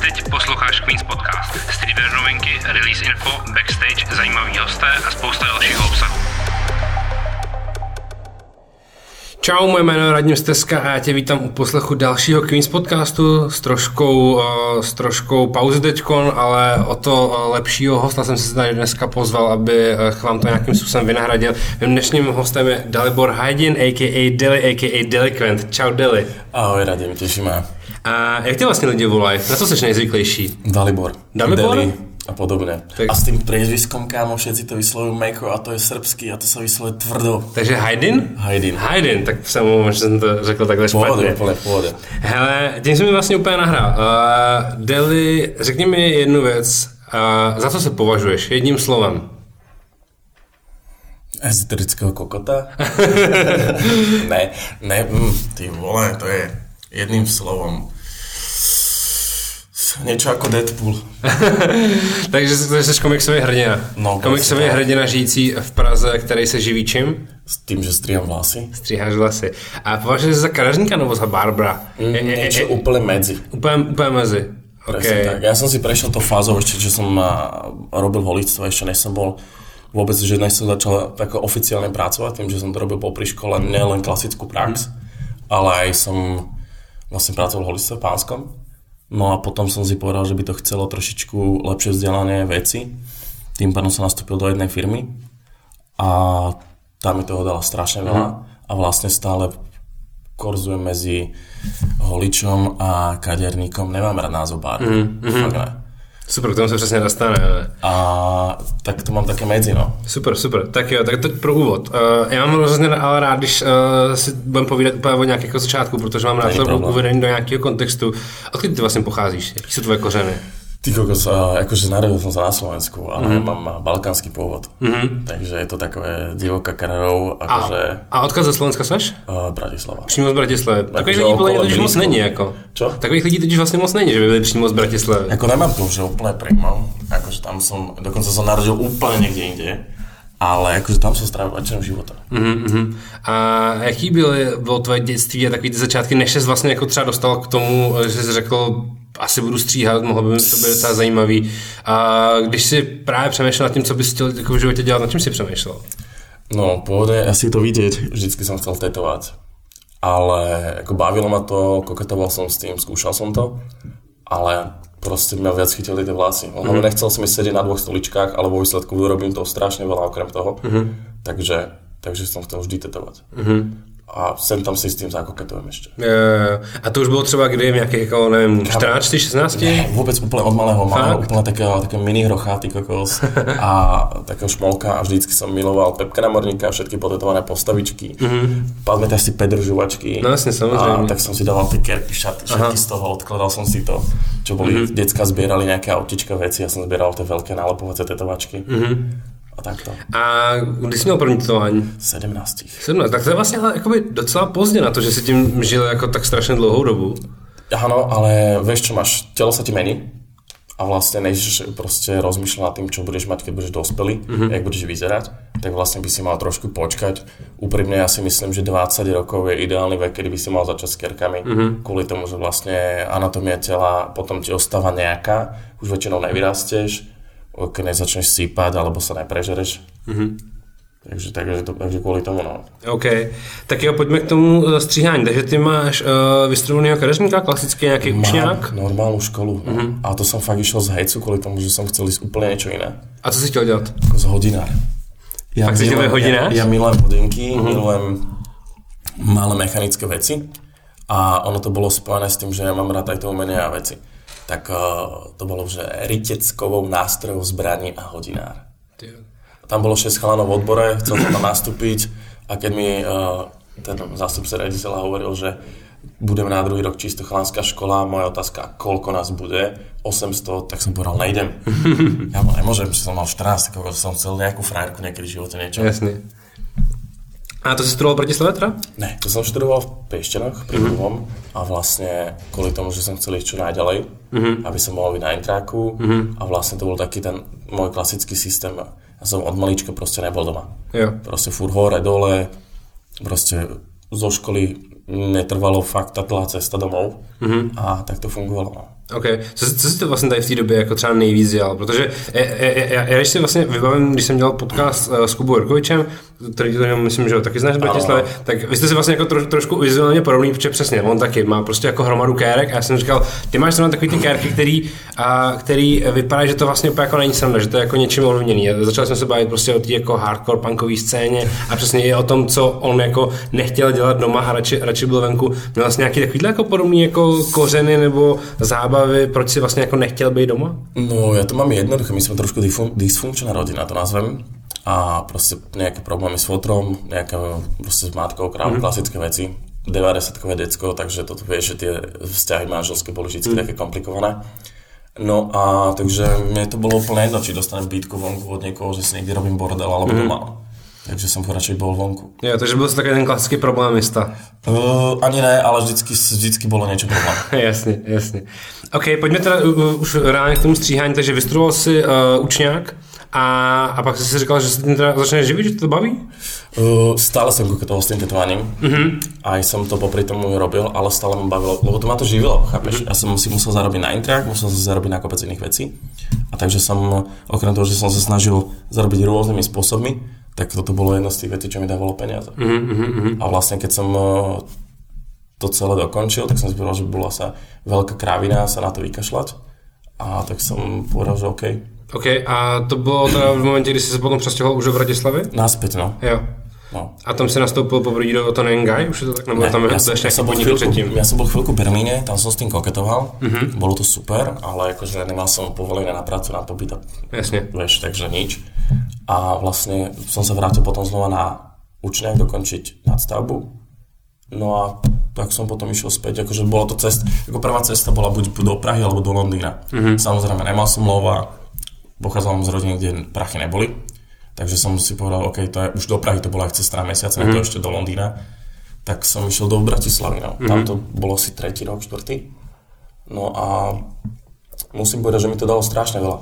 Teď posloucháš Queen's Podcast. Streamer novinky, release info, backstage, zajímavý hosté a spousta dalšího obsahu. Čau, moje jméno je Radim Steska a já tě vítám u poslechu dalšího Queen's Podcastu s troškou pauzy teďkon, ale o to lepšího hosta jsem si tady dneska pozval, aby vám to nějakým způsobem vynahradil. Mým dnešním hostem je Dalibor Hajdin, a.k.a. Deli, a.k.a. Delikvent. Čau Deli. Ahoj Radim, těším mě. A jak tě vlastně lidi volají? Na co jsi nejzvyklejší? Dalibor. Dalibor? Deli a podobně. Tak. A s tím priezviskom, kámo, všetci to vyslovují Mejko a to je srbský a to se vyslovuje tvrdo. Takže Hajdin? Hajdin. Tak jsem mu, že jsem to řekl takhle špatně. Pohodě. Hele, tím jsi mi vlastně úplně nahrál. Deli, řekni mi jednu věc. Za co se považuješ? Jedním slovem. Ezoterického kokota? ne, ty vole, to je jedným slovom. Něco jako Deadpool. Takže jsi komiksový hrdina. No, komiksový hrdina žijící v Praze, který se živí čím? S tím, že stříhám vlasy. Stříháš vlasy. A považuješ se za kadeřníka nebo za barbara? Něco úplně mezi. Úplně mezi. Okay. Tak. Ja som si prešiel to fázou ešte, že som robil holičstvo, ešte než som bol vôbec, že než som začal tak oficiálne pracovať, tým, že som to robil popri škole, nielen klasickú prax, ale aj som vlastne pracoval v holičstve pánskom. No a potom som si povedal, že by to chcelo trošičku lepšie vzdelanie veci. Tým pádom som nastúpil do jednej firmy a tam mi toho dala strašne veľa a vlastne stále korzujem mezi holičom a kaderníkom. Nemám rád názov bar. Fakt ne. Super, k tomu se přesně dostane. A tak to mám také medzi, no. Super. Tak jo, tak to pro úvod. Já mám hrozně ale rád, když si budeme povídat úplně od nějakého začátku, protože mám rád to uvedení do nějakého kontextu. Odkud ty vlastně pocházíš? Jaký jsou tvoje kořeny? Ty kokos, akože narodil som sa na Slovensku, ale mám balkánsky pôvod. Takže je to takové divoká krv, akože... A odkud ze Slovenska seš? Bratislava. Přímo z Bratislavy. Takových lidí podle mě totiž moc není, jako. Čo? Takových lidí totiž vlastně moc není, že by byli přímo z Bratislavy. Jako nemám to, že úplne príjmam. Akože tam som, dokonca som narodil úplne niekde inde. Ale akože tam som strávil väčšinu života. A jaký bylo tvoje dětství a takový ty začátky, než ses vlastně jako třeba dostal k tomu, že jsi řekl, asi budu stříhat, mohlo by to být docela zajímavý. A když si právě přemýšlel nad tím, co bys chtěl jako v životě dělat, nad čím si přemýšlel? No, pôvodne asi to vidieť, vždycky som chcel tetovať. Ale ako bavilo ma to, koketoval som s tým, skúšal som to, ale proste mňa viac chytili tie vlasy. Nechcel som ísť sedieť na dvoch stoličkách, ale vo výsledku urobím toho strašne veľa okrem toho. Takže som chcel vždy tetovať. A sem tam si s tým zakoketujem ešte. A to už bylo třeba kdy v nějakých, jako, nevím, 14, 16? Ne, vôbec úplne od malého. Mám úplne také mini hrocháty kokos a takého šmolka a vždycky som miloval Pepka Namorníka, všetky potetované postavičky. Pamätáš si Pedro žuvačky? No jasne, samozrejme. A tak som si dával tie kerky, všetky z toho, odkladal som si to, čo boli, decka zbierali nejaké autička veci, ja som zbieral tie veľké nálepovacie tetovačky. A takto. A kdy jsi měl první tetování? 17. Tak to je vlastně jakoby docela pozdě na to, že si tím žil jako tak strašně dlouhou dobu. Áno, ale vieš čo máš, telo sa ti mení a vlastne nejdeš proste rozmýšľať nad tým, čo budeš mať, keď budeš dospelý, jak budeš vyzerať, tak vlastne by si mal trošku počkať. Úprimne ja si myslím, že 20 rokov je ideálny vek, kedy by si mal začať s kerkami, kvôli tomu, že vlastne anatómia tela potom ti ostáva nejaká, už väčšinou nevyrastieš, keď nezačneš sípať, alebo sa neprežereš. Takže kvůli tomu, no. OK. Tak jo, pojďme k tomu stříhání. Takže ty máš vystudovaného kadeřníka, klasický nějaký učňák? Mám normálnu školu. No. A to som fakt išiel z hejcu kvůli tomu, že som chcel ísť úplne niečo iné. A co jsi chtěl dělat? Z hodinár. Fakt si chtěl hodinář? Ja milujem hodinky, milujem malé mechanické veci. A ono to bolo spojené s tým, že ja mám rád aj to umenie a veci. Tak to bolo, že ryteckovou nástrojov zbraní a hodinár. Tam bolo 6 chalanov v odbore, chcel som tam nastúpiť a keď mi ten zástupca riaditeľa hovoril, že budeme na druhý rok čisto chalanská škola, moja otázka, koľko nás bude, 800, tak som povedal, nejdem. Ja nemôžem, že som mal 14, tak som chcel nejakú frajerku niekedy v živote niečo. Jasný. A to si studoval v Bratislave teda? Ne, to som študoval v Piešťanoch pri Prvom a vlastne kvôli tomu, že som chcel ísť čo najďalej, aby som mohol byť na intráku a vlastne to bol taký ten môj klasický systém. Ja som od malička proste nebol doma. Jo. Proste furt hore, dole, proste zo školy netrvalo fakt tá cesta domov a tak to fungovalo. OK. Co jsi to vlastně tady v té době jako třeba nejvíc dělal? Protože já když si vlastně vybavím, když jsem dělal podcast s Kubou Jirkovičem, který to myslím, že ho taky znáš v Bratislavě, tak vy jste si vlastně jako trošku vizuálně podobný, protože přesně, on taky má prostě jako hromadu kérek a já jsem říkal, ty máš tam takový ty kérky, který vypadá, že to vlastně úplně jako není sranda, že to je jako něčím ovlivněný. Začal jsem se bavit prostě o té jako hardcore punkové scéně a přesně i o tom, co on jako nechtěl dělat doma a radši byl venku. Měl vlastně nějaký takovýhle jako podobný jako kořeny nebo zábavy, proč si vlastně jako nechtěl být doma? No, ja to mám jednoduché, my sme trošku dysfunkčná rodina, to nazvem. A proste nejaké problémy s fotrom, nejaké proste s matkou, klasické veci. 90-kové decko, takže toto vieš, že tie vzťahy manželské boli vždy také komplikované. No a takže mne to bolo úplne jedno, či dostanem bytku vonku od niekoho, že si niekde robím bordel alebo doma. Takže som radšej bol vonku. Jo, takže byl to takový ten klasický problémista. Ani ne, ale vždycky bolo niečo problém. Jasně. OK, pojďme teda už reálně k tomu stříhání, takže vystudoval si učňák a pak jsi si říkal, že se tím teda začneš živit, že to baví? Stále som koketoval s tým tetovaním. Aj som to popri tomu robil, ale stále ma bavilo, lebo to ma to živilo, chápeš? Ja som si musel zarobiť na intrách, musel som zarobiť na kopec iných vecí. A takže som, okrem toho, že som sa snažil zarobiť rôznymi spôsobmi, tak toto bolo jedno z tých vecí, čo mi dávalo peniaze. A vlastne keď som to celé dokončil, tak som si povedal, že bola sa veľká krávina sa na to vykašľať. A tak som povedal, že OK. OK, a to bylo teda v momentě, kdy jsi se potom přestěhoval už do Bratislavy? Naspäť, no. Jo. No. A tam si nastoupil poprvé do Tonengai? Už je to tak? Nebo tam ja som bol chvíľku v Berlíne, tam som s tým koketoval. Bolo to super, ale akože nemal som povolené na prácu, na pobyt. Jasne. Vieš, takže nič. A vlastne som sa vrátil potom znova na učňák dokončiť nadstavbu. No a tak som potom išiel späť, akože bola to cesta, ako prvá cesta bola buď do Prahy alebo do Londýna. Samozrejme, nemal som lova, pochádzal z rodiny, kde prachy neboli. Takže som si povedal, OK, to je, už do Prahy to bola aj cesta na mesiac, ne to ešte do Londýna. Tak som išiel do Bratislavy, no. Tam to bolo asi 3. rok, 4. No a musím povedať, že mi to dalo strašne veľa.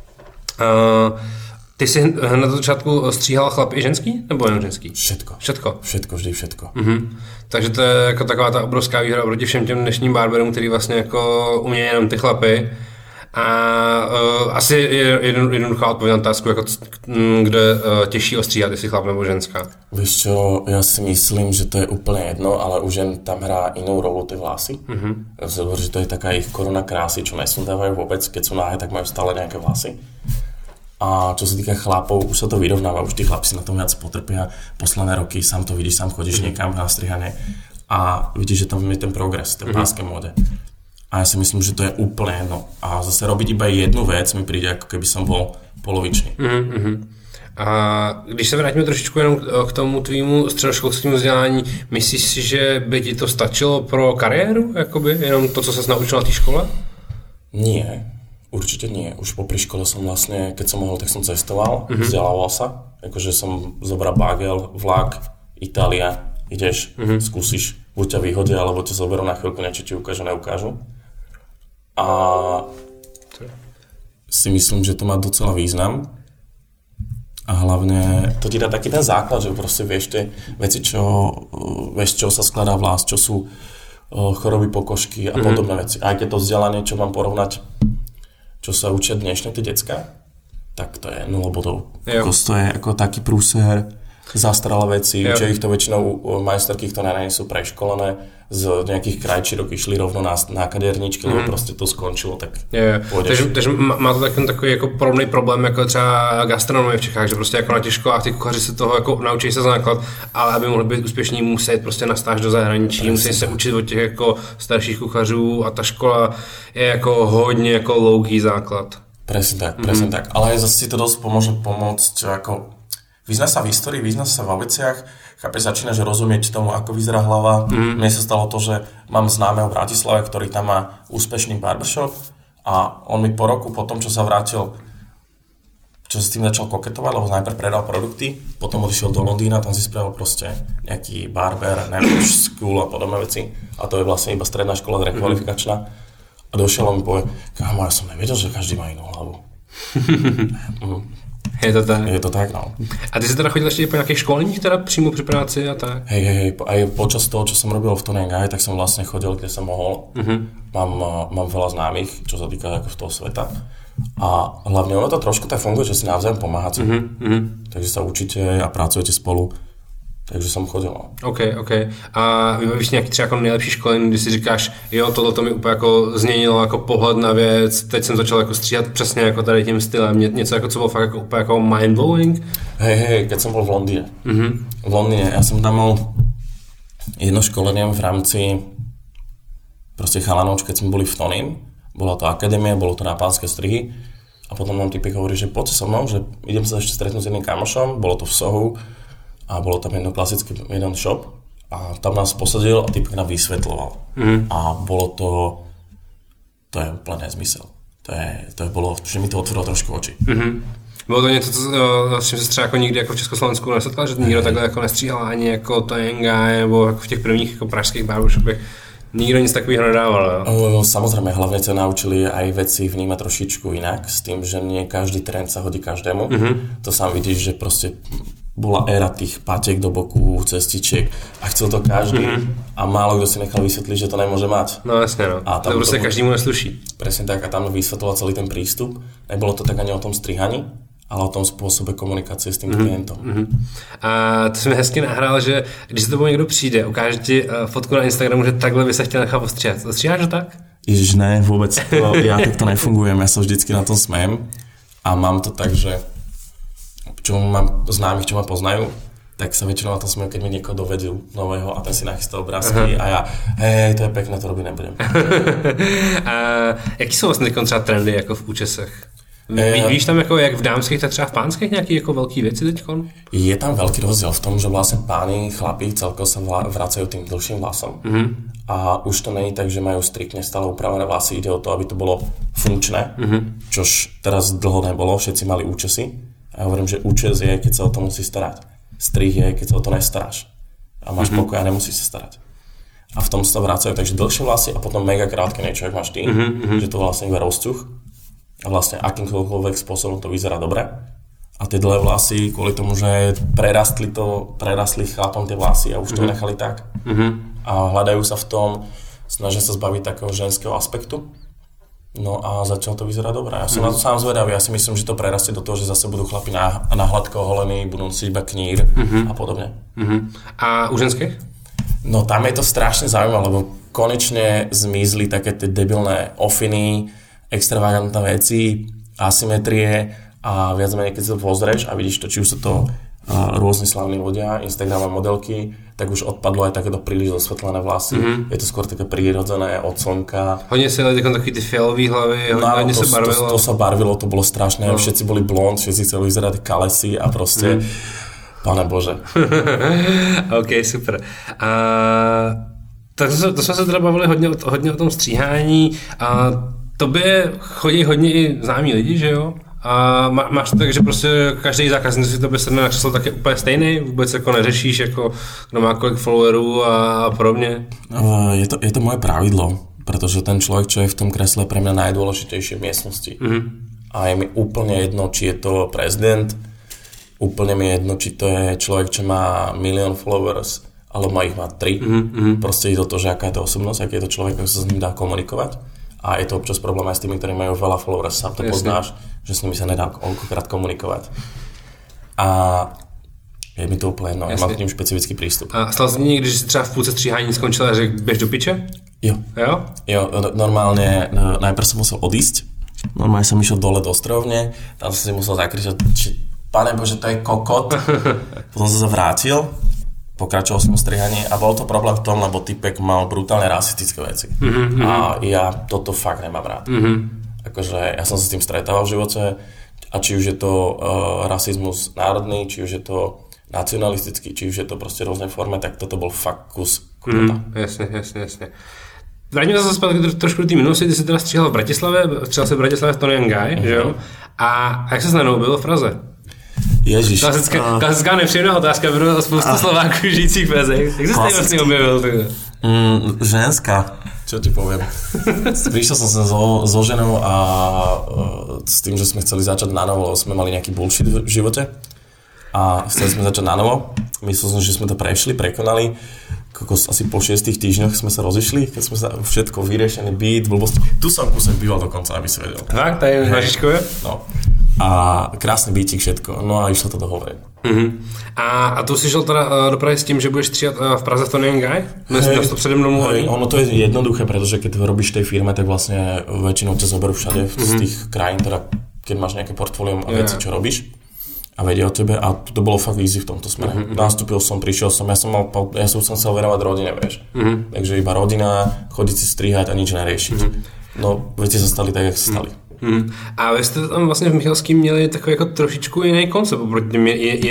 Ty jsi na začátku stříhal chlap i ženský? Nebo jenom ženský? Všetko, vždy všetko. Takže to je jako taková ta obrovská výhoda proti všem těm dnešním barberům, který vlastně jako umějí jenom ty chlapy. A asi jednoduchá odpověď na otázku, jako, kde těžší ostříhat, jestli chlap nebo ženská. Víš čo, ja si myslím, že to je úplne jedno, ale už jen tam hrá inú rolu tie vlasy. Ja si hovorím, že to je taká ich koruna krásy, čo nesundávajú vôbec, keď sú náhe, tak majú stále nejaké vlasy. A čo sa týka chlapov, už sa to vyrovnáva, už tí chlapci na tom viac potrpia posledné roky, sám to vidíš, sám chodíš niekam na strihanie a vidíš, že tam je ten progres, ten pánske móde. A ja si myslím, že to je úplne jedno. A zase robiť iba jednu vec mi príde, ako keby som bol polovičný. A když se vrátíme trošičku jenom k tomu tvýmu středoškolskému vzdělání, myslíš si, že by ti to stačilo pro kariéru? Jakoby? Jenom to, co ses naučil na té škole? Nie, určite nie. Už popri škole som vlastne, keď som mohol, tak som cestoval, vzdelával sa. Akože som zobral bagel, vlak, Itália, ideš, skúsiš, buď ťa vyhodia, alebo ťa zoberú na chvíľku, niečo ti ukážu, neukážu. A si myslím, že to má docela význam. A hlavne to ti dá taký ten základ, že proste vieš tie veci, vieš, čo sa skladá vlas, čo sú choroby pokožky a podobné veci. A keď to vzdelanie, čo mám porovnať, čo sa učia dnešné tie decka, tak to je 0 bodov. To je ako taký prúser, zastaralé veci, že ich to väčšinou majsterky, ktoré nie sú preškolené, z nejakých krajčírok išli rovno na kaderničky, lebo prostě to skončilo, tak pôjdeš. Takže má to takový jako podobný problém jako třeba gastronomie v Čechách, že prostě jako na těch školách ty kuchaři se toho jako naučí se základ, ale aby mohli být úspěšní, musí jít prostě na stáž do zahraničí, musí se učit od těch jako starších kuchařů a ta škola je jako hodně jako louký základ. Presne tak. Ale zase si to dosť môže pomôcť ako vyznať sa v histórii, vyznať sa vo veciach, chápeš, začínaš rozumieť tomu, ako vyzerá hlava. Mne sa stalo to, že mám známeho v Bratislave, ktorý tam má úspešný barbershop a on mi po roku, po tom, čo sa vrátil, čo sa s tým začal koketovať, lebo najprv predal produkty, potom odišiel do Londýna, tam si spravil proste nejaký barber, neviem, school a podobné veci. A to je vlastne iba stredná škola rekvalifikačná. A došiel a mi povie, kámo, ja som nevedel, že každý má inú hlavu. Je to tak, no. A ty si teda chodil ještě po nějakých školení, teda přímo při práci a tak? Hej, aj počas toho, čo som robil v Tony & Guy, tak som vlastne chodil, kde som mohol. Mám veľa známych, čo sa týka ako z toho sveta. A hlavne ono to trošku tak funguje, že si navzájem pomáhate. Takže sa učíte a pracujete spolu. Takže jsem chodil. OK. A vybavíš nějaký třeba jako nejlepší školení, kdy si říkáš, jo, tohle to mi úplně jako změnilo jako pohled na věc, teď jsem začal jako stříhat přesně jako tady tím stylem, něco jako co bylo fakt jako úplně jako mindblowing? Hej, keď som bol v Londýne. V Londýne, ja som tam mal jedno školenie v rámci proste chalanov, keď sme boli v Tonym. Bola to akadémia, bolo to na pánske strihy. A potom nám typek hovorí, že poďte so mnou, že idem sa ešte stretnúť s jedným kamošom, bolo to v Sohu. A bolo tam jeden shop a tam nás posadil a typek nám vysvetloval. A bolo to je úplne nezmysel. To je bolo, že mi to otvorilo trošku oči. Bylo to něco, s čím se třeba jako nikdy jako v Československu nesetkal, že nikdo takhle jako nestříhal ani jako Tony & Guy nebo jako v těch prvních jako pražských barbershopech? Nikdo nic takového nedával, jo? Samozrejme, hlavne sa naučili aj veci vnímať trošičku inak, s tým, že nie každý trend sa hodí každému. To sám vidíš, že proste bola éra tých patiek do boku, cestičiek a chcel to každý a málo kdo si nechal vysvetliť, že to nemôže mať. No jasne, no. A tam to proste každému nesluší. Presne tak, a tam vysvetloval celý ten prístup. Nebolo to tak ani o tom strihaní, ale o tom spôsobe komunikácie s tým klientom. A to jsme hezky nahrál, že když se tebou někdo přijde, ukáže ti fotku na Instagramu, že takhle by se chtěl nechat ostříhat. Ostříháš to tak? Ježiš, ne, vôbec. Ja takto nefungujem, ja sa vždycky na tom smejem a mám to tak, že čo mám známych, čo ma poznajú, tak sa väčšinou na tom smejú, keď mi niekoho dovedil nového a ten si nachystal obrázky a ja, hej, to je pekné, to robiť nebudem. A jaký jsou vlastně třeba trendy jako v účesech? Víš tam jako jak v dámských, tak třeba v pánských nějaký jako velký věci teďkon? Je tam veľký rozdiel v tom, že vlastne páni, chlapí celkovo sa vracajú tým dlhším vlasom. A už to není tak, že majú striktne stále upravené vlasy, ide o to, aby to bolo funkčné, čož teraz dlho nebolo, všetci mali účesy. A ja hovorím, že účes je, keď sa o to musí starať. Strih je, keď sa o to nestaráš. A máš pokoj a nemusíš sa starať. A v tom sa vracajú, takže dlhšie vlasy a potom mega krátke niečo, jak máš ty, že to vlastne iba rozťuch. A vlastne akýmkoľvek spôsobom to vyzerá dobre. A tie dlhé vlasy, kvôli tomu, že prerastli chlapom tie vlasy a už to nechali tak. A hľadajú sa v tom, snažia sa zbaviť takého ženského aspektu. No a začalo to vyzerať dobre. Ja som na to sám zvedavý. Ja si myslím, že to prerastie do toho, že zase budú chlapi na hladko oholení, budú nosiť iba knír a podobne. A u ženských? No tam je to strašne zaujímavé, lebo konečne zmizli také tie debilné ofiny, extravagantné veci, asymetrie a viac menej, keď sa to pozrieš a vidíš to, či už sú to rôzne slavní ľudia, Instagramové modelky, tak už odpadlo aj takéto príliš dosvetlené vlasy. Je to skôr také prírodzené od slnka. Hodne sa dali takový ty fialový hlavy, hodne sa barvilo. To sa barvilo, to bolo strašné, všetci boli blond, všetci chceli vyzerať kalesy a proste, pane Bože. OK, super. Tak to jsme se teda bavili hodně o tom stříhání a tobě chodí hodně i známí lidi, že jo? A máš to tak, že prostě každý zákazník si tobě sedne na křeslo tak je úplně stejný? Vůbec jako neřešíš, jako kdo má kolik followerů a podobně? Je to moje pravidlo, protože ten člověk, čo je v tom kresle, pre mňa najdôležitejší v miestnosti. A je mi úplne jedno, či je to prezident, úplne mi jedno, či to je človek, čo má 1 000 000 followers, alebo má ich 3. Proste je to, že aká je to osobnosť, aký je to človek, ako sa s ním dá komunikovať. A je to občas problém aj s tými, ktorí majú veľa followers, sám to poznáš, že s nimi sa nedá onkokrát komunikovať. A je mi to úplne jedno, ja mám k ním špecifický prístup. A stalo se někdy, že si třeba v půlce stříhání skončil a řekl, běž do piče? Jo, normálne, najprv som musel odísť, normálne som išiel dole do strovne, tam som si musel zakričať, pane Bože, to je kokot. Potom som sa vrátil, pokračoval som v strihaní a bol to problém v tom, lebo typek mal brutálne rasistické veci. A ja toto fakt nemám rád. Akože ja som sa s tým stretával v živote a či už je to rasizmus národný, či už je to nacionalistický, či už je to proste rôzne forme, tak toto bol fakt kus kokota. Jasne. Vrátím se zpátky trošku do té minulosti, ty jsi teda stříhal v Bratislavě, stříhal se v Bratislavě v Tony & Guy, že jo? A jak se najednou bylo v Praze? Ježiš. Klasická nepříjemná otázka, bylo spoustu Slováků žijících v Praze. Jak se jsi vlastně objevil? Ženská. Čo ti poviem? Prišiel som sa so ženou a s tým, že sme chceli začať na novo, sme mali nejaký bullshit v živote a chceli sme začať na novo. Myslel som, že sme to prekonali. Asi po 6 týždňoch sme sa rozišli, keď sme sa všetko vyriešený, byt, blbosti. Tu som kúsek býval dokonca, aby si vedel. Tak, tady na Žižkově? No. A krásný bytík, všetko. No a išlo to do hovory. A tu si šel teda do Prahy s tím, že budeš stříhat v Praze v Tony & Guy? Měl to přede mnou mluví? Ono to je jednoduché, pretože keď robíš v tej firme, tak vlastne väčšinou ťa zoberú všade z tých krajín, teda keď máš nejaké portfólio a veci, čo robíš a vedia o tebe a to bolo fakt easy v tomto smere. Nastúpil som, prišiel som, ja som chcel venovať rodine, vieš. Takže iba rodina, chodiť si strihať a nič neriešiť. No, veci sa stali tak, jak sa stali. A vy jste tam vlastně v Michalském měli takový jako trošičku jiný koncept oproti těm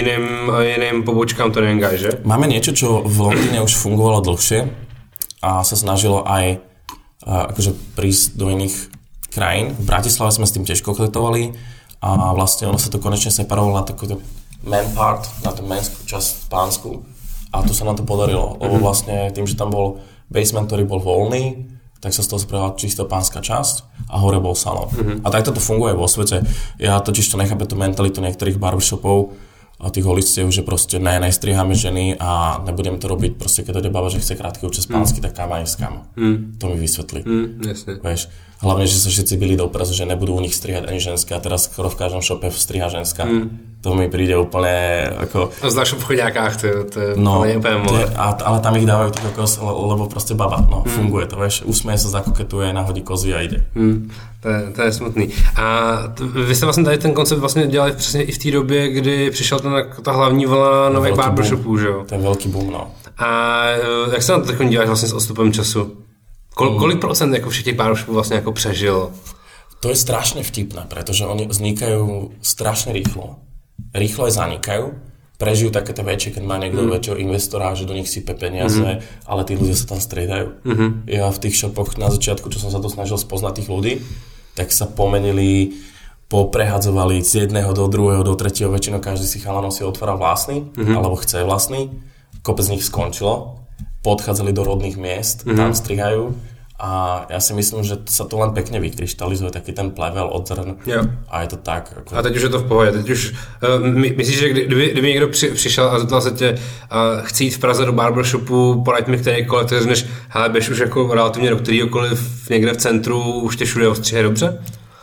jiným pobočkám Tony & Guy, že? Máme niečo, čo v Londýne už fungovalo dlhšie a sa snažilo aj akože prísť do iných krajín. V Bratislave sme s tým tiež kokletovali a vlastne ono sa to konečne separovalo na takú man part, na tú menskú časť pánsku a tu sa nám to podarilo, lebo vlastne tým, že tam bol basement, ktorý bol voľný, tak sa z toho spravila čisto pánska časť a hore bol salón. A takto to funguje vo svete. Ja totiž to nechápem tú mentalitu niektorých barbershopov a tých holictiev, že proste nestriháme ženy a nebudeme to robiť proste, keď ide baba, že chce krátky účes pánsky, tak kam aj s kam. To mi vysvetlí. Jasne. Vieš, hlavne, že sa všetci byli do obrazu, že nebudú u nich strihať ani ženské a teraz skoro v každom šope striha ženská. To mi príde úplne ako... A znáš v obchodňákách, to je úplne moc. Ale tam ich dávajú tých kokos, lebo proste baba, funguje to, vieš. Usmeje sa, zakoketuje, nahodí kozy a ide. To je smutný. A vy jste vlastně tady ten koncept vlastně dělali přesně i v té době, kdy přišel ta hlavní vlna nových barbershopů, že jo? Ten velký boom, no. A jak se na to tak díváš vlastně s odstupem času? Kolik procent jako všech těch barbershopů vlastně jako přežilo? To je strašne vtipné, pretože oni vznikajú strašne rýchlo. Rýchlo aj zanikajú. Prežijú také tie väčšie, keď má niekto väčšieho investora, že do nich sype peniaze, ale tí ľudia sa tam striedajú. Ja v tých shopoch na začiatku, čo som sa to snažil spoznať tých ľudí, tak sa pomenili, poprehadzovali z jedného do druhého, do tretieho, väčšinou každý si chalanov si otváral vlastný, alebo chce vlastný. Kopec z nich skončilo, podchádzali do rodných miest, tam strihajú. A ja si myslím, že sa to len pekne vykryštalizuje, taký ten plevel od zrn. A je to tak. Ako... A teď už je to v pohodě. Teď už, myslíš, že kdyby někdo přišel a zeptal se tě, chci jít v Praze do barbershopu, poraď mi kterýkoliv, tak řekneš, hele, běž už jako relativně do kterýkoliv někde v centru, už tě všude ostříhají dobře?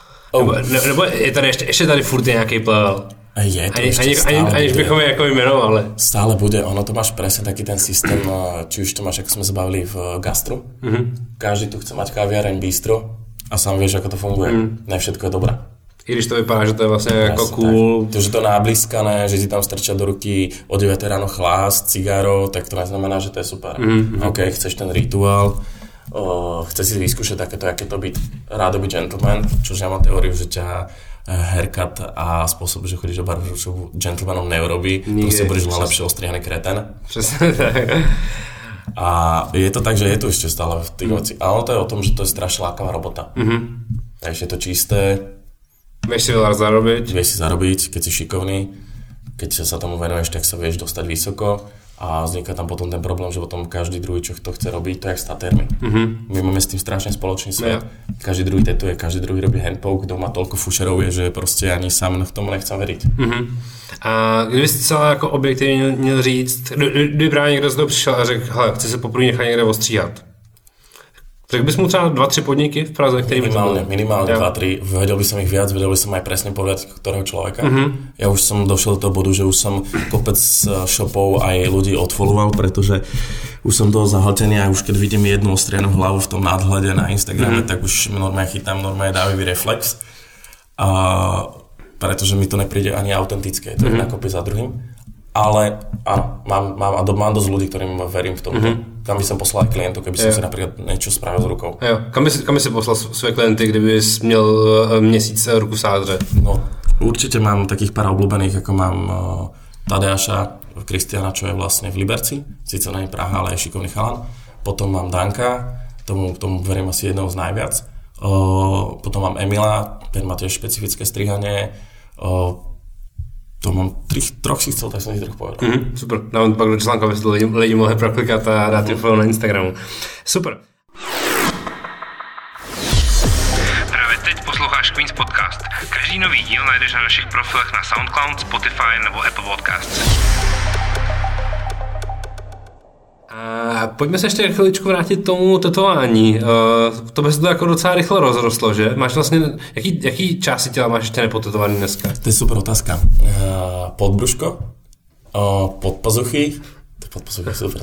Nebo je tady ještě tady furt nějaký plevel? Je to aniž bychom je jako jmenovali. Stále bude, ono to máš presne taký ten systém, či už to máš, ako sme sa bavili v gastru. Každý tu chce mať kaviareň, bistro a sám vieš, ako to funguje. Ne všetko je dobré. I když to vypadá, že to je vlastne jako cool. To, že to náblízkané, že ti tam strčia do ruky o 9 ráno chlás, cigáro, tak to neznamená, že to je super. OK, chceš ten rituál, chceš si vyskúšať takéto, aké to byť rádoby gentleman, čož ja mám teóriu, že ťa haircut a spôsob, že chodíš do barbershopu gentlemanom neurobí, proste budeš len lepšie ostrihaný kreten. Přesně tak. A je to tak, že je to ešte stále v tých veci. A ono to je o tom, že to je strašne lákavá robota. Takže je to čisté. Vieš si veľa zarobiť. Vieš si zarobiť, keď si šikovný. Keď sa tomu venuješ, tak sa vieš dostať vysoko. A vzniká tam potom ten problém, že potom každý druhý, čo to chce robiť, to je jak s tatérmi. My máme s tým strašne spoločný svet. Každý druhý tetuje, každý druhý robí handpoke, kto má toľko fušerov je, že proste ani sám v tomu nechcem veriť. A kdyby si celá jako objektivně měl říct, kdyby právě někdo z toho přišel a řekl, hele, chci se poprvé nechat někde ostříhat. Řekl bys mu třeba 2-3 podniky v Praze, který by to bol? Minimálne 2-3. Vedel by som ich viac, vedel by som aj presne povedať, ktorého človeka. Ja už som došiel do toho bodu, že už som kopec shopov aj ľudí odfollowoval, pretože už som toho zahltený a už keď vidím jednu ostrianú hlavu v tom nadhľade na Instagrame, tak už normálne chytám dávivý reflex. Pretože mi to nepríde ani autentické, to je nakopy za druhým. Ale áno, mám dosť ľudí, ktorým verím v tomto. Kam by som poslal aj klientov, keby som si napríklad niečo spravil s rukou. Jo. Kam by si poslal svoje klienty, kdyby si měl měsíc ruku sádře? No, určite mám takých pár obľúbených, ako mám Tadeáša, Kristiana, čo je vlastne v Liberci. Sice nie je Praha, ale je šikovný chalan. Potom mám Danka, tomu verím asi jednou z najviac. Potom mám Emila, ten má tiež špecifické strihanie. To mám troch si chcel, tak som si troch povedal. Super, dám pak do článku, aby si to lidi mohli proklikat a dát follow na Instagramu. Super. Podcast. Každý nový díl najdeš na našich profilech na SoundCloud, Spotify nebo Apple Podcasts. A pojďme se ještě chviličku vrátit tomu tetování. To by se to jako docela rychle rozrostlo, že? Máš vlastně, jaký části těla máš ještě nepotetovaný dneska? To je super otázka. Podbruško, podpazuchy, super.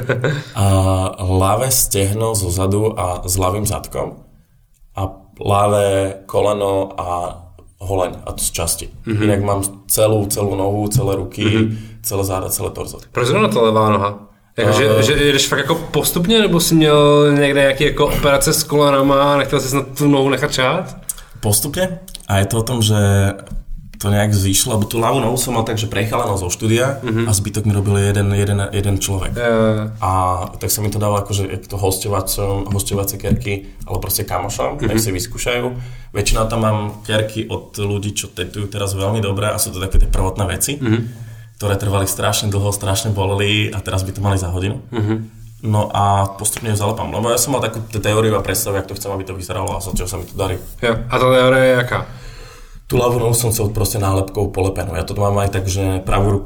Ľavé stehno zo zadu a s ľavým zadkom a ľavé koleno a holeň a to z časti. Inak mám celú nohu, celé ruky, celé záda, celé torzo. Proč zrovna to levá noha? Že jdeš fakt jako postupně, nebo jsi měl někde jaký jako operace s kolenama a nechtěl jsi na tu nohu nechat čát? Postupne. A je to o tom, že to nejak zvyšlo, lebo tú ľavú nohu som mal tak, že prechalanou zo štúdia a zbytok mi robil jeden človek. A tak sa mi to dalo akože to hostovacie kerky, alebo proste kamošom, nech si vyskúšajú. Väčšinou tam mám kerky od ľudí, čo tetujú teraz veľmi dobre a sú to také tie prvotné veci, ktoré trvali strašne dlho, strašne boleli a teraz by to mali za hodinu. No a postupne ju zalepám, lebo ja som mal takú teóriu a predstavu, jak to chcem, aby to vyzeralo a z čoho sa mi to darí. Jo. A tá teória je jaká? Tú ľavú nohu som chcel proste nálepkou polepenú. Ja to mám aj tak, že pravú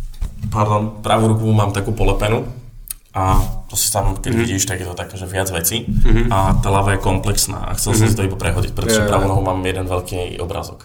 ruku mám takú polepenú a to si tam, keď vidíš, tak je to také, že viac vecí a tá ľava je komplexná a chcel som si to iba prehodiť, pretože pravú nohu mám jeden veľký obrázok.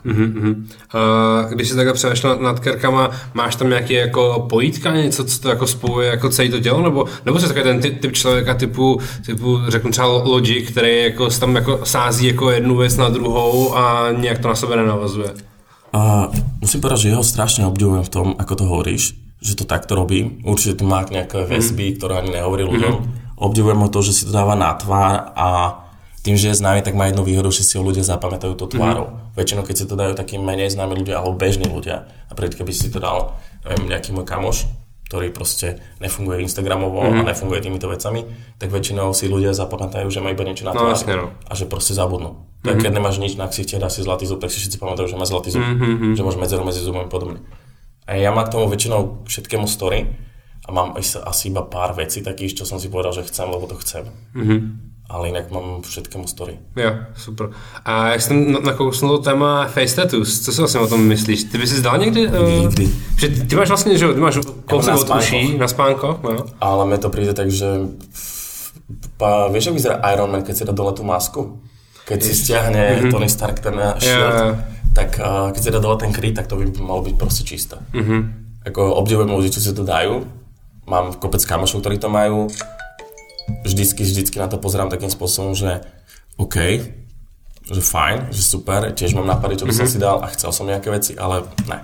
Když si takhle přemýšlel nad kerkama, máš tam nějaký jako pojítka, něco, co to jako spojuje jako celé to tělo, nebo jsi takový ten typ člověka typu řeknu třeba Logic, který jako tam jako sází jako jednu věc na druhou a nějak to na sebe nenavazuje? Musím povedať, že jeho strašne obdivujem v tom, ako to hovoríš, že to takto robí. Určite to má nejaké väzby, ktoré ani nehovorí ľuďom. Obdivujem ho to, že si to dáva na tvár a tým, že je známy, tak má jednu výhodu, že si ho ľudia zapamätajú to tvárou. Väčšinou, keď si to dajú takí menej známi ľudia alebo bežní ľudia, napríklad keby si to dal, neviem, nejaký môj kamoš, ktorý proste nefunguje Instagramovo a nefunguje týmito vecami, tak väčšinou si ľudia zapamätajú, že má iba niečo na tvári a že proste zabudnú. Tak keď nemáš nič na ksichte, dáš si zlatý zub, tak si všetci pamätajú, že má zlatý zub, že máš medzeru medzi zubom a podobne. A ja mám k tomu väčšinou všetkému story a mám asi iba pár vecí takých, čo som si povedal, že chcem, lebo to chcem. Ale jinak mám všetkému story. Jo, super. A jak jsem nakousnul téma face tattoos, co si vlastně o tom myslíš? Ty bys si zdal někdy? Nikdy. Ty máš vlastně, že ty máš kousek od uší na spánko, no. Ale mne to príde tak, že vieš, jak vyzerá Iron Man, keď si dá dole tú masku? Keď si stiahne Tony Stark ten shield, tak keď si dá dole ten kryt, tak to by malo byť proste čisté. Ako obdivujem ľudí, čo si to dajú. Mám kopec kamošov, ktorí to majú. Vždycky na to pozerám takým spôsobom, že OK, že fajn, že super, tiež mám nápady, čo by som si dal a chcel som nejaké veci, ale ne.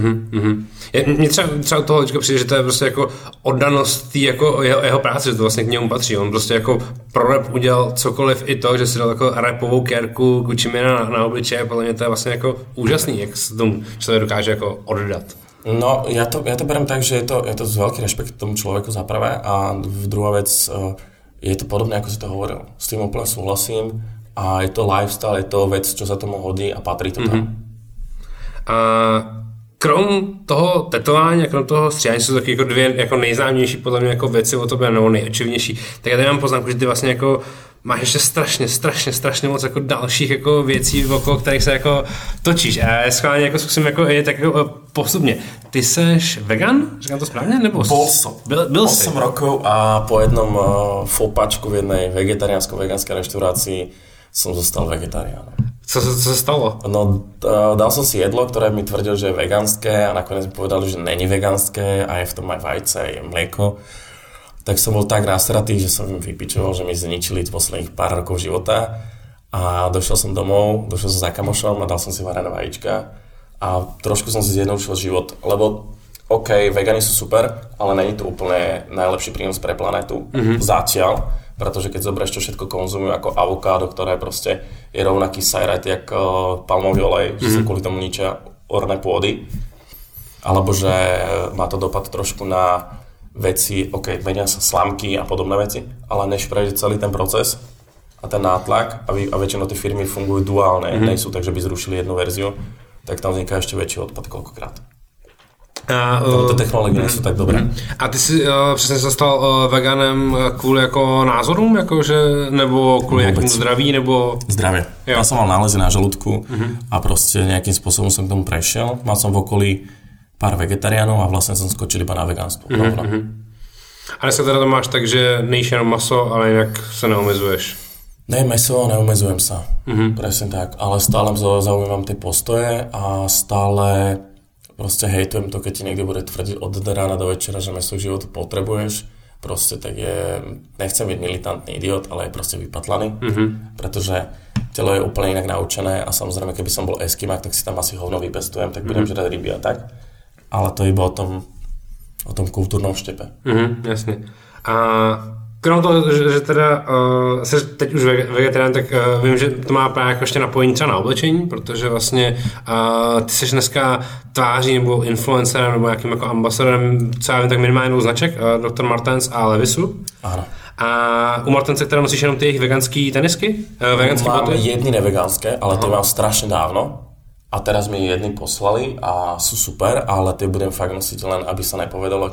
Mně třeba u toho přijde, že to je prostě jako oddanost tý jako jeho práce, že to vlastně k němu patří. On prostě jako pro rap udělal cokoliv, i to, že si dal jako rapovou kérku Gucci Mane na obličeje, podle mě to je vlastně jako úžasný, jak se tomu člověk dokáže jako oddat. No, ja to berem tak, že je to veľký rešpekt tomu človeku za prvé a druhá vec, je to podobné, ako si to hovoril. S tým úplne súhlasím a je to lifestyle, je to vec, čo sa tomu hodí a patrí to tam. A krom toho tetování a krom toho stříhání jsou taky jako dvě jako nejznámější podle mě jako věci o tobě, nebo nejočivnější. Tak já tady mám poznámku, že ty vlastně jako máš ještě strašně moc jako dalších jako věcí, okolo kterých se jako točíš. A já schválně jako zkusím jako je tak jako postupně. Ty seš vegan? Říkám to správně? Nebo Byl 8 rokov a po jednom fopáčku v jednej vegetariánsko-vegánskej reštaurácii som zostal vegetariánom. Co se stalo? No, dal som si jedlo, ktoré mi tvrdil, že je vegánske a nakoniec mi povedali, že není vegánske a je v tom aj vajce, je mlieko. Tak som bol tak nasratý, že som im vypičoval, že mi zničili posledných pár rokov života a došiel som domov, došiel som za kamošom a dal som si varené vajíčka a trošku som si zjednodušil život, lebo OK, vegani sú super, ale není to úplne najlepší prínos pre planetu zatiaľ, pretože keď zoberieš, čo všetko konzumujú ako avokádo, ktoré proste je rovnaký sajrajt jak palmový olej, že sa kvôli tomu ničia orné pôdy, alebo že má to dopad trošku na veci, OK, menia sa slamky a podobné veci, ale než prejde celý ten proces a ten nátlak a väčšinou tie firmy fungujú duálne, nejsú tak, že by zrušili jednu verziu, tak tam vzniká ešte väčší odpad koľkokrát. Ty technologie nejsou tak dobré. A ty jsi přesně se stal veganem kvůli jako názorům, jakože, nebo kvůli nějakému zdraví, nebo... Zdravie. Jo. Ja som mal nálezy na žalúdku a proste nejakým spôsobom som k tomu prešiel. Mal som v okolí pár vegetariánov a vlastne som skočil iba na vegánstvo. A dneska teda to máš tak, že nejíš jenom maso, ale jinak se neomezuješ. Ne meso, neumezujem sa. Presne tak. Ale stále zaujímam tie postoje a stále proste hejtujem to, keď ti niekto bude tvrdiť od rána do večera, že meso k životu potrebuješ. Proste tak je, nechcem byť militantný idiot, ale je proste vypatlaný. Pretože telo je úplne inak naučené a samozrejme, keby som bol eskimák, tak si tam asi hovno vypestujem, tak budem žrať ryby a tak. Ale to je iba o tom kultúrnom štepe. Jasně. A krom toho, že teda jsi teď už vegetarián, tak vím, že to má právě jako ještě napojení třeba na oblečení, protože vlastně ty jsi dneska tváří nebo influencerem nebo nějakým jako ambasadorem, co já vím, tak minimálně jednou značek, Dr. Martens a Levisu. Áno. A u Martense, teda nosíš jenom ty jejich veganský tenisky? Veganský mám boty? jedny nevegánske, ale tie mám strašne dávno. A teraz mi jedny poslali a sú super, ale tie budem fakt nosiť len, aby sa nepovedalo,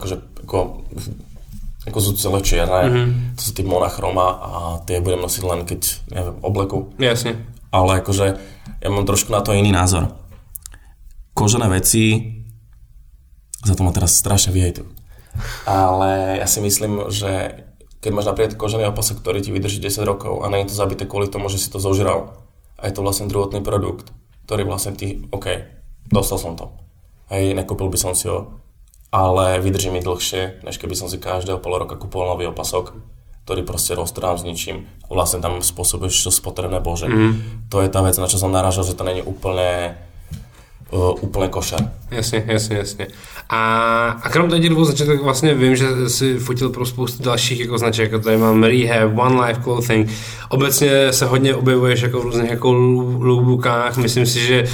ako sú celé čierne, to sú tí monochroma a tie budem nosiť len keď, neviem, obleku. Jasne. Ale akože ja mám trošku na to iný názor. Kožené veci, za to ma teraz strašne vyhejtujú. Ale ja si myslím, že keď máš napríklad kožený opasok, ktorý ti vydrží 10 rokov a nie je to zabité kvôli tomu, že si to zožral a je to vlastne druhotný produkt, ktorý vlastne ty, OK, dostal som to. Hej, nekúpil by som si ho, ale vydrží mi dlhšie, než keby som si každého pol roka kúpil nový opasok, ktorý proste roztrhám s ničím a vlastne tam spôsobuješ čo spotrebné bože. To je tá vec, na čo som narážal, že to není úplne košer. Jasně. A krom těch dvou značek, tak vlastně vím, že si fotil pro spoustu dalších jako značek, jako tady mám Rehab, One Life Clothing. Obecně se hodně objevuješ jako v různých jako lookbookách. Myslím si, že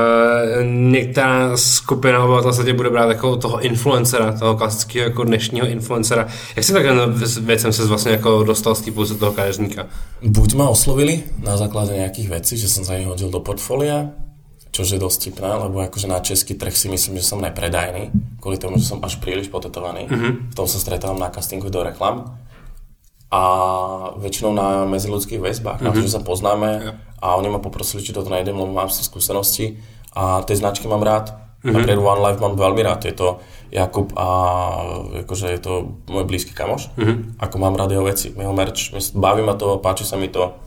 některá skupina obyvatelstva tě bude brát jako toho influencera, toho klasického jako dnešního influencera. Jak si takhle věcem se vlastně jako dostal z té pozice toho kadeřníka? Buď ma oslovili na základe nejakých vecí, že som sa ich hodil do portfólia, čož je dosť tipné, lebo akože na český trh si myslím, že som nepredajný, kvôli tomu, že som až príliš potetovaný. V tom sa stretávam na castingu do reklam a väčšinou na medziľudských väzbách, na to, že sa poznáme a oni ma poprosili, či toto najdem, lebo mám skúsenosti a tie značky mám rád. Napríklad One Life mám veľmi rád, je to Jakub a akože je to môj blízky kamoš, ako mám rád jeho veci, jeho merch, baví ma to, páči sa mi to.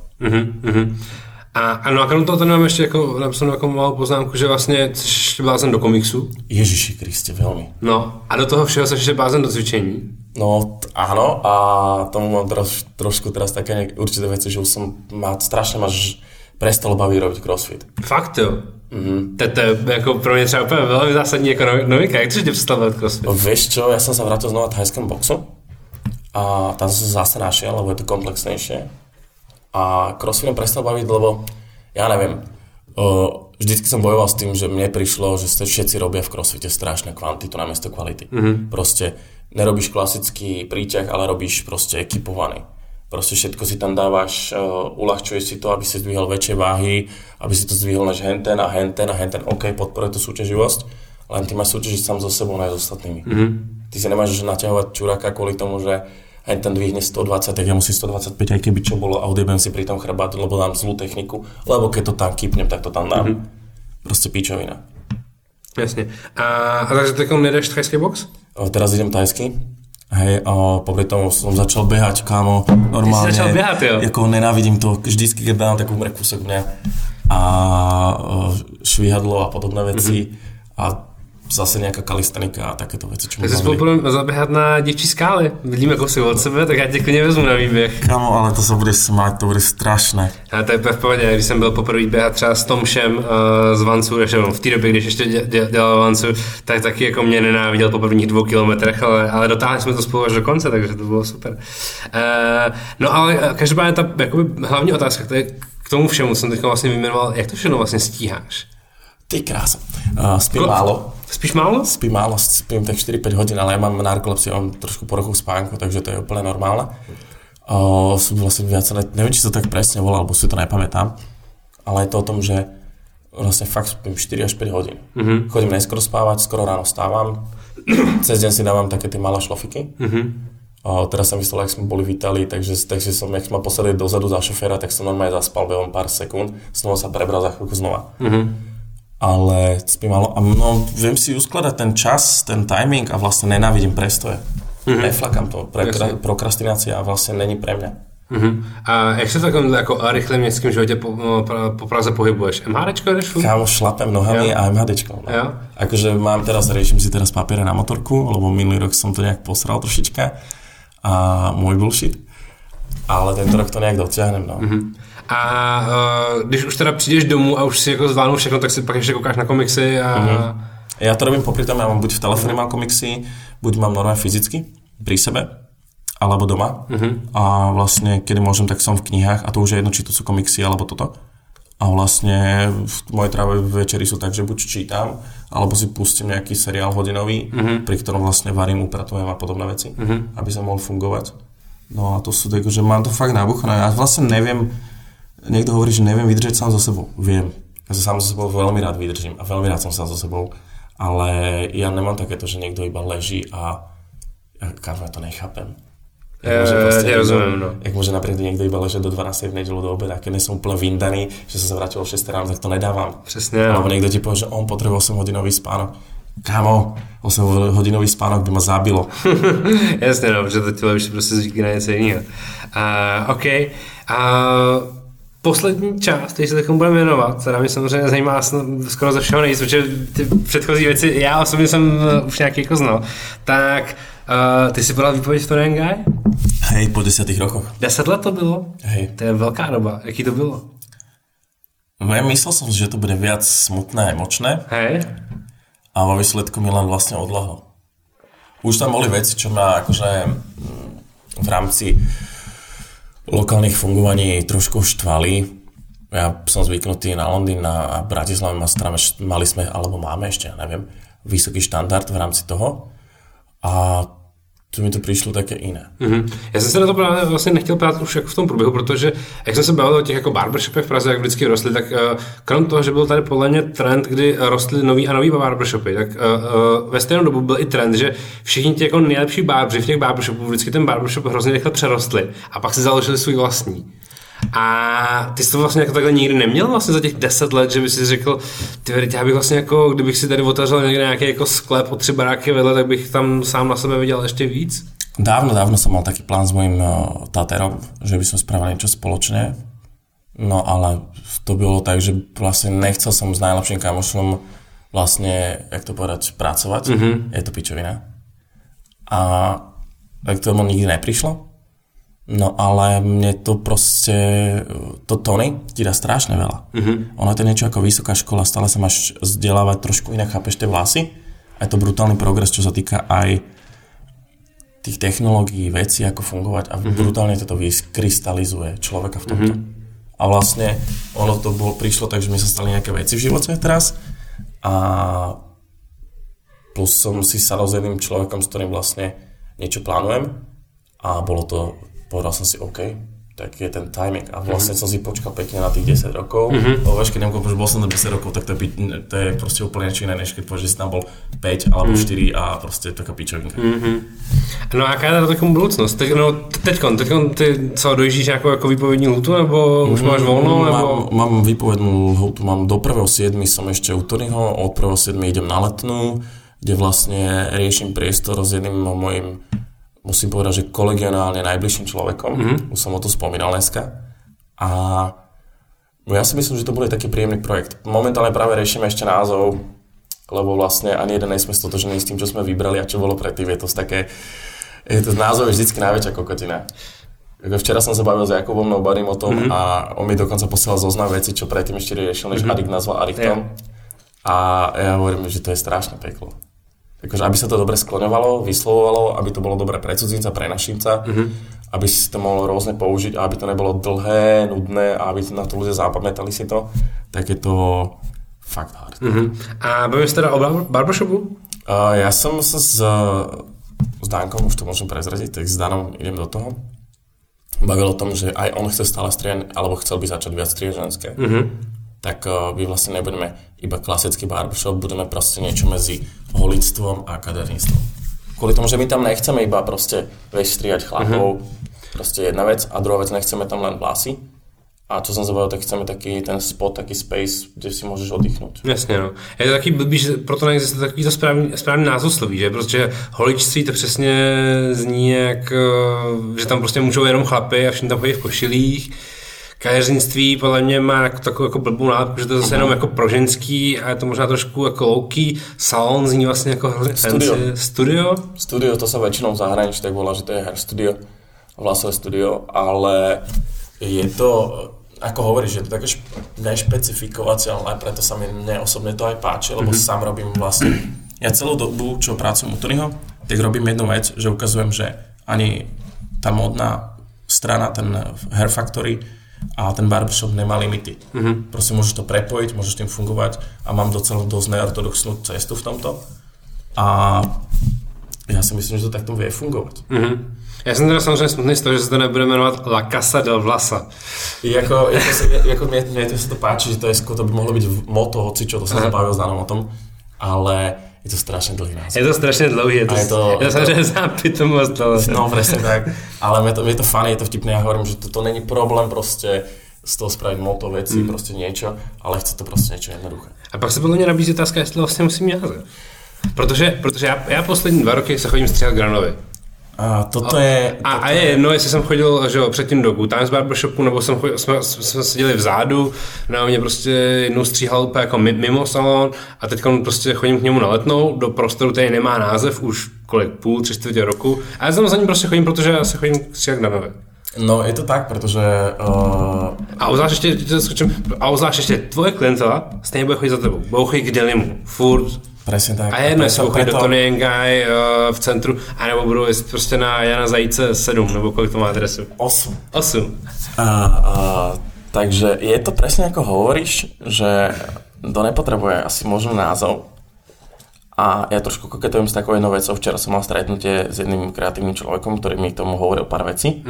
A no a krom toho tady mám ještě jako napsanou jako malou poznámku, že vlastně jsi ještě blázen do komiksu. Ježiši Kriste, veľmi. No a do toho všeho jsi ještě blázen do cvičení. No áno a tomu mám trošku teraz také určité veci, že už som strašne prestal baviť robiť crossfit. Fakt jo? To je jako pro mě třeba úplně velmi zásadní jako novinka. Jak to, že tě přestal bavit crossfit? Vieš čo, ja som sa vrátil znova thajskému boxu a tam som sa zase našiel, lebo je to komplexnejšie. A crossfitom prestal baviť, lebo ja neviem, vždycky som bojoval s tým, že mne prišlo, že všetci robia v crossfite strašné kvantitu namiesto kvality. Proste nerobíš klasický príťah, ale robíš proste ekipovaný. Proste všetko si tam dávaš, uľahčuješ si to, aby si zdvihol väčšie váhy, aby si to zdvihol než henten a henten. OK, podporuje to súťaživosť, len ty máš súťažiť sám so sebou, ne s ostatnými. Ty si nemáš naťahovať čuráka kvôli tomu, že ten dvihne 120, tak ja musím 125, aj keby čo bolo a odjebem si pri tom chrbát, lebo dám zlú techniku, lebo keď to tam kýpnem, tak to tam dám. Proste píčovina. Jasne. A takže teďkom nedeš thajský box? Teraz idem thajský. Hej, a popri tomu som začal behať, kámo, normálne. Ty si začal behať, jo? Jako nenávidím to, vždycky, keď behám, tak umre kúsok mňa. A švihadlo a podobné veci. A zase nějaká kalistenika a takéto věci. Tak se spolu budeme zaběhat na děvčí skály. Vidíme kousek od sebe, tak já tě klidně vezmu na výběh. Kámo, ale to se bude smát, to bude strašné. A to je v pohodě, když jsem byl poprvé běhat třeba s Tomšem z Vancu, v té době, když ještě dělal Vancu, tak taky jako mě nenáviděl po prvních 2 kilometrech, ale dotáhli jsme to spolu až do konce, takže to bylo super. No ale každopádně ta jakoby hlavní otázka, to je k tomu všemu, co jsem teď vlastně vyjmenoval, jak to všechno vlastně stíháš? Ty krása. Spím málo. Spíš málo? Spím málo, spím tak 4-5 hodín, ale ja mám narkolepsiu, mám trošku poruchu spánku, takže to je úplne normálne. Som vlastne viacené, neviem, či to tak presne volá, alebo si to nepamätám, ale je to o tom, že vlastne fakt spím 4 až 5 hodín. Chodím neskoro spávať, skoro ráno stávam. cez deň si dávam také tie malé šlofiky. Teraz som myslel, jak sme boli v Itálii, takže som, jak ma posadili dozadu za šoféra, tak som normálne zaspal behom pár sekúnd, znova sa prebral za chvíľku znova. Ale spím malo, a no, viem si uskladať ten čas, ten timing a vlastne nenávidím prestoje. Neflakám to, prokrastinácia vlastne není pre mňa. A jak se v takovém jako rychlém městském životě po Praze pohybuješ? MHDčko jdeš? Kámo, šlapem nohami a MHDčko. No. Akože riešim si teraz papiere na motorku, lebo minulý rok som to nejak posral trošička a môj bullshit, ale tento rok to nejak dotiahnem. No. A když už teda přijdeš domů a už si jako zvládnu všechno, tak si pak ještě koukáš na komiksy a... Ja to robím popri tom, ja mám buď v telefóne mám komiksy, buď mám normálne fyzicky pri sebe, alebo doma. A vlastne, kedy môžem, tak som v knihách a to už je jedno, či to sú komiksy, alebo toto. A vlastne moje trávové večery sú tak, že buď čítam, alebo si pustím nejaký seriál hodinový, pri ktorom vlastne varím, upratujem a podobné veci, aby som mohol fungovať. No a to sú tak, že mám to fakt nabuchané. Ja vlastne neviem, niekto hovorí, že neviem vydržať sám so sebou. Viem. Ja sa sám so sebou veľmi rád vydržím a veľmi rád som sám so sebou. Ale ja nemám takéto, že niekto iba leží a ja to nechápem. Jak môže napríklad niekto iba ležať do 12 v nedeľu do obeda, keď nie som úplne vyndaný, že som sa vrátil o 6 ráno, tak to nedávam. Přesně. Alebo niekto ti povie, že on potrebuje 8-hodinový spánok. Kámo, 8-hodinový spánok by ma zabilo. Jasně, no, protože to tělo už prostě zvyklí na něco jiného. OK. Poslední část, který se takom budeme věnovat, která mě samozřejmě zajímá skoro ze všeho nejvíc, protože ty předchozí věci, já osobně jsem už nějaký jako znal, tak ty si podal výpověď v Tony & Guy? Hej, po 10 rokoch. 10 let to bylo? Hej. To je velká doba. Jaký to bylo? No ja myslel som, že to bude viac smutné a emočné. Hej. A vo výsledku mi len vlastne odľahlo. Už tam boli veci, čo ma akože v rámci lokálnych fungovaní trošku štvali. Ja som zvyknutý na Londýn a Bratislavu mali sme, alebo máme ešte, ja neviem, vysoký štandard v rámci toho. A to mi to přišlo také jiné. Já jsem se na to vlastně nechtěl ptát už jako v tom průběhu, protože jak jsem se bavil o těch jako barbershopech v Praze, jak vždycky rostly, tak krom toho, že byl tady podle mě trend, kdy rostly nový a nový barbershopy, tak ve stejnou dobu byl i trend, že všichni ti jako nejlepší barbři v těch barbershopů vždycky ten barbershop hrozně rychle přerostli a pak si založili svůj vlastní. A ty jsi to vlastně jako takhle nikdy neměl vlastně za těch 10 let, že by si řekl, ty já bych vlastně jako, kdybych si tady otevřel někde nějaký jako sklep o 3 baráky vedle, tak bych tam sám na sebe viděl ještě víc? Dávno som mal taký plán s mojím táterom, že by som spravil niečo spoločne. No ale to bylo tak, že vlastne nechcel som s najlepším kamošom vlastne, jak to povedať, pracovať. Je to pičovina. A tak to mu nikdy neprišlo. No ale mne to proste, to Tony ti dá strašne veľa. Ono je to niečo ako vysoká škola, stále sa máš vzdelávať, trošku inak chápeš tie vlasy. A je to brutálny progres, čo sa týka aj tých technológií, vecí, ako fungovať a brutálne to vyskrystalizuje človeka v tomto. A vlastne ono to prišlo tak, že mi sa stali nejaké veci v živote teraz a plus som si sadol s jedným človekom, s ktorým vlastne niečo plánujem a bolo to, povedal som si, OK, tak je ten timing a vlastne som si počkal pekne na tých 10 rokov. Lebo keď neviem, že bol som tam 10 rokov, tak to je proste úplne niečo iné, než keď povieš, že si tam bol 5 alebo 4 a proste taká pičovinka. No a jaká je takovou budoucnost? Teďkon ty co, dojíždíš nějakou jako výpovědní lhutu, nebo už máš volno? Nebo... Mám výpovednú lhutu, mám do 1.7. som ešte u Tonyho, od 1.7. idem na Letnú, kde vlastne riešim priestor s jedným mojím, musím povedať, že kolegionálne najbližším človekom. Už som o to spomínal dneska. A ja si myslím, že to bude taký príjemný projekt. Momentálne práve riešime ešte názov, lebo vlastne ani jeden nejsme stotožený s tým, čo sme vybrali a čo bolo predtým. Je to také, názov je vždycky najväčšia kokotina. Včera som sa bavil s Jakubom Nobarým o tom a on mi dokonca posielal zoznam veci, čo predtým ešte riešil, než Arik nazval Ariktom. A ja hovorím, že to je strašné peklo. Takže aby sa to dobre skloňovalo, vyslovovalo, aby to bolo dobre pre cudzinca, pre našinca, aby si to mohlo rôzne použiť a aby to nebolo dlhé, nudné a aby na to ľudia zapamätali si to, tak je to fakt hard. A bavíme sa teda o barbershopu? Ja som sa s Dankom, už to môžem prezradiť, tak s Danom idem do toho. Bavil o tom, že aj on chce stále strieľať, alebo chcel by začať viac strieľať ženské. tak my vlastne nebudeme iba klasický barbershop, budeme proste niečo medzi holictvom a kaderníctvom. Kvôli tomu, že my tam nechceme iba proste strihať chlapov, proste jedna vec, a druhá vec, nechceme tam len vlasy. A čo som zabavil, tak chceme taký ten spot, taký space, kde si môžeš oddychnúť. Jasně, no. Je to taky blbý, že proto neexistuje takový to správný názvosloví, že? Protože holičství to přesně zní jak, že tam prostě můžou jenom chlapy a všichni tam chodí v košilích. Kadeřnictví podle mě má takovou jako blbou nálepku, že to je zase jenom jako pro ženský a je to možná trošku jako low-key. Salon zní vlastně jako Studio, to sa väčšinou v zahraničí tak volá, že to je hair studio, vlasové studio, ale je to, ako hovoríš, že to je také nešpecifikovateľné, preto sa mi mne osobne to aj páči, lebo sám robím vlastne. Ja celú dobu, čo pracujem u Tonyho, tak robím jednu vec, že ukazujem, že ani tá modná strana, ten Hair Factory a ten barbershop nemá limity. Proste môžeš to prepojiť, môžeš tým fungovať a mám docela dosť neortodoxnú cestu v tomto. A ja si myslím, že to takto vie fungovať. Já jsem teda samozřejmě smutný z toho, že se to nebude jmenovat La Casa del Vlasa. Jako mne sa to páči, že to by mohlo byť moto, hoci čo, to som zabavil s Danom o tom, ale je to strašne dlhý název. Je to strašně dlouhý, je to samozřejmě zápitomost. No presne tak, ale je to funny, je to vtipné, ja hovorím, že to není problém proste z toho spraviť moto veci, proste niečo, ale chce to proste niečo jednoduché. A pak se podle mě nabízí otázka, jestli vlastně musím mít název. Protože já poslední 2 roky se chodím stříhat Granovi. A toto je... A je jedno, jestli jsem chodil, že jo, předtím do Good Times barbershopu, nebo jsme seděli vzadu, na mě prostě jednou stříhal úplně jako mimo salon a teď prostě chodím k němu na Letnou, do prostoru, který nemá název už kolik, 3/4 roku. A já za ním prostě chodím, protože já se chodím stříhat na nové. No, je to tak, protože... A obzvlášť ještě tvoje klientela stejně bude chodit za tebou. Budou chodit k Delimu, furt. Presne tak. A jedno, jestli budou chodit do Tony & Guy v centru, anebo budou jezdit prostě na Jana Zajíce 7, nebo kolik to má adresu? 8. Takže je to presne ako hovoríš, že to nepotrebuje asi možno názov. A ja trošku koketujem s takou jednou vecou. Včera som mal stretnutie s jedným kreatívnym človekom, ktorý mi k tomu hovoril pár vecí.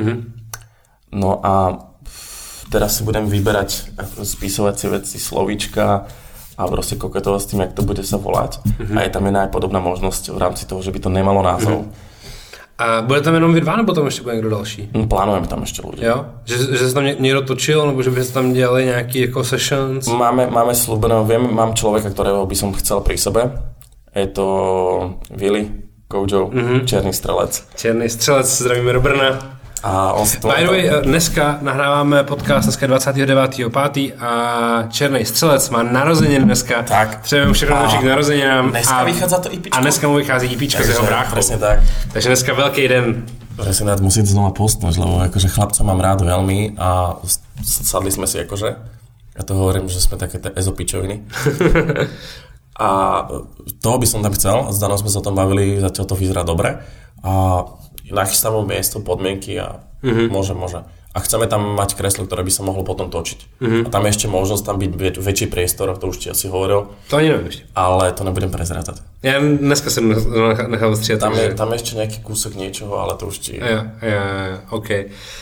No a teraz si budem vyberať spisovacie veci, slovíčka a proste koketovať s tým, jak to bude sa volať. A je tam jedna aj podobná možnosť v rámci toho, že by to nemalo názov. A bude tam jenom vy dva, nebo tam ještě bude někdo další? Plánujeme tam ještě ľudia. Jo? Že se tam někdo točil, nebo že by se tam dělali nějaký jako sessions? Máme slúbeného, mám človeka, ktorého by som chcel pri sebe. Je to Willy Kojo, Černý střelec. Černý střelec, zdravíme do Brna. A on by the way, dneska nahráváme podcast, dneska 29.5. a Černý střelec má narozeniny dneska. Tak. Přejeme všechno k narozeninám. Dneska vychádza to IPčko. A dneska mu vychází IPčko z jeho bráchou. Presne tak. Takže dneska veľký den. Presne tak, musím to znova postnúť, lebo akože chlapca mám rád veľmi a sadli sme si akože. Ja to hovorím, že sme také ezopičoviny. A toho by som tam chcel, s Danom sme sa o tom bavili, zatiaľ to vyzerá dobre. A nachystávam miesto, podmienky a môže. A chceme tam mať kreslo, ktoré by sa mohlo potom točiť. A tam je ešte možnosť tam byť väčší priestor, to už ti asi hovoril. To ani neviem ešte. Ale to nebudem prezrátať. Ja dneska som nechal stříhat. Tam je ešte nejaký kúsok niečoho, ale to už ti... OK.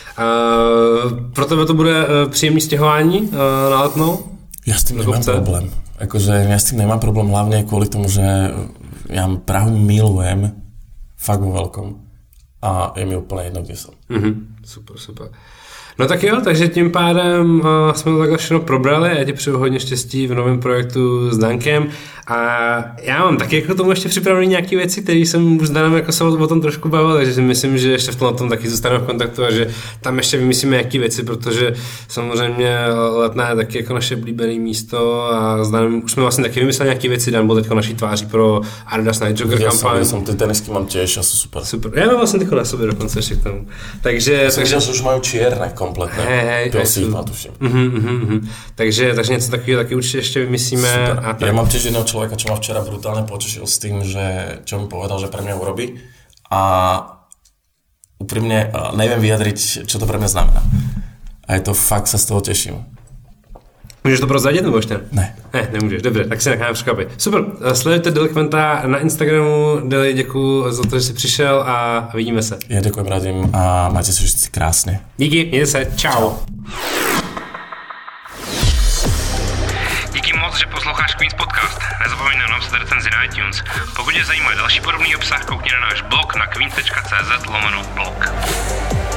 Pro tebe to bude příjemný stěhování na Letnou? Ja s tým nemám problém. Akože ja s tým nemám problém hlavne kvôli tomu, že ja Prahu milujem fakt vo veľkom. A je mi úplně jedno, kde jsem. Super. No tak jo, takže tím pádem jsme to takhle všechno probrali. Já ti přeju hodně štěstí v novém projektu s Dankem. A já mám taky jako tomu ještě připravený nějaké věci, které jsem už s Danem jako se o tom trošku bavil, takže si myslím, že ještě v tom taky zůstaneme v kontaktu a že tam ještě vymyslíme nějaké věci, protože samozřejmě Letná je taky jako naše oblíbené místo a s Danem už jsme vlastně taky vymysleli nějaké věci. Dan byl teďko naší tváří pro Adidas Night Jogger kampaň. Ja som ty tenisky mám tiež a sú super. Ja mám vlastně teďko na sobě dokonce ještě k tomu. Takže už majú čierne kompletné. Pilsíva, tuším. Takže něco takového taky určitě ještě vymyslíme. A ja mám tiež jedného človeka, čo ma včera brutálne potešil s tým, že čo mi povedal, že pre mňa urobí. A úprimne neviem vyjadriť, čo to pre mňa znamená. A je to fakt, sa z toho teším. Můžeš to prozradit nebo ještě? Ne. Nemůžeš, dobře, tak si necháme překvapit. Super, sledujte Delikventa na Instagramu. Deli, děkuji za to, že jsi přišel a vidíme se. Ja ďakujem, Radim, a majte sa všetci krásne. Díky, mějte se, čau. na napsat recenzi na iTunes. Pokud je zajímá další podobný obsah, koukni na náš blog na queens.cz/blog.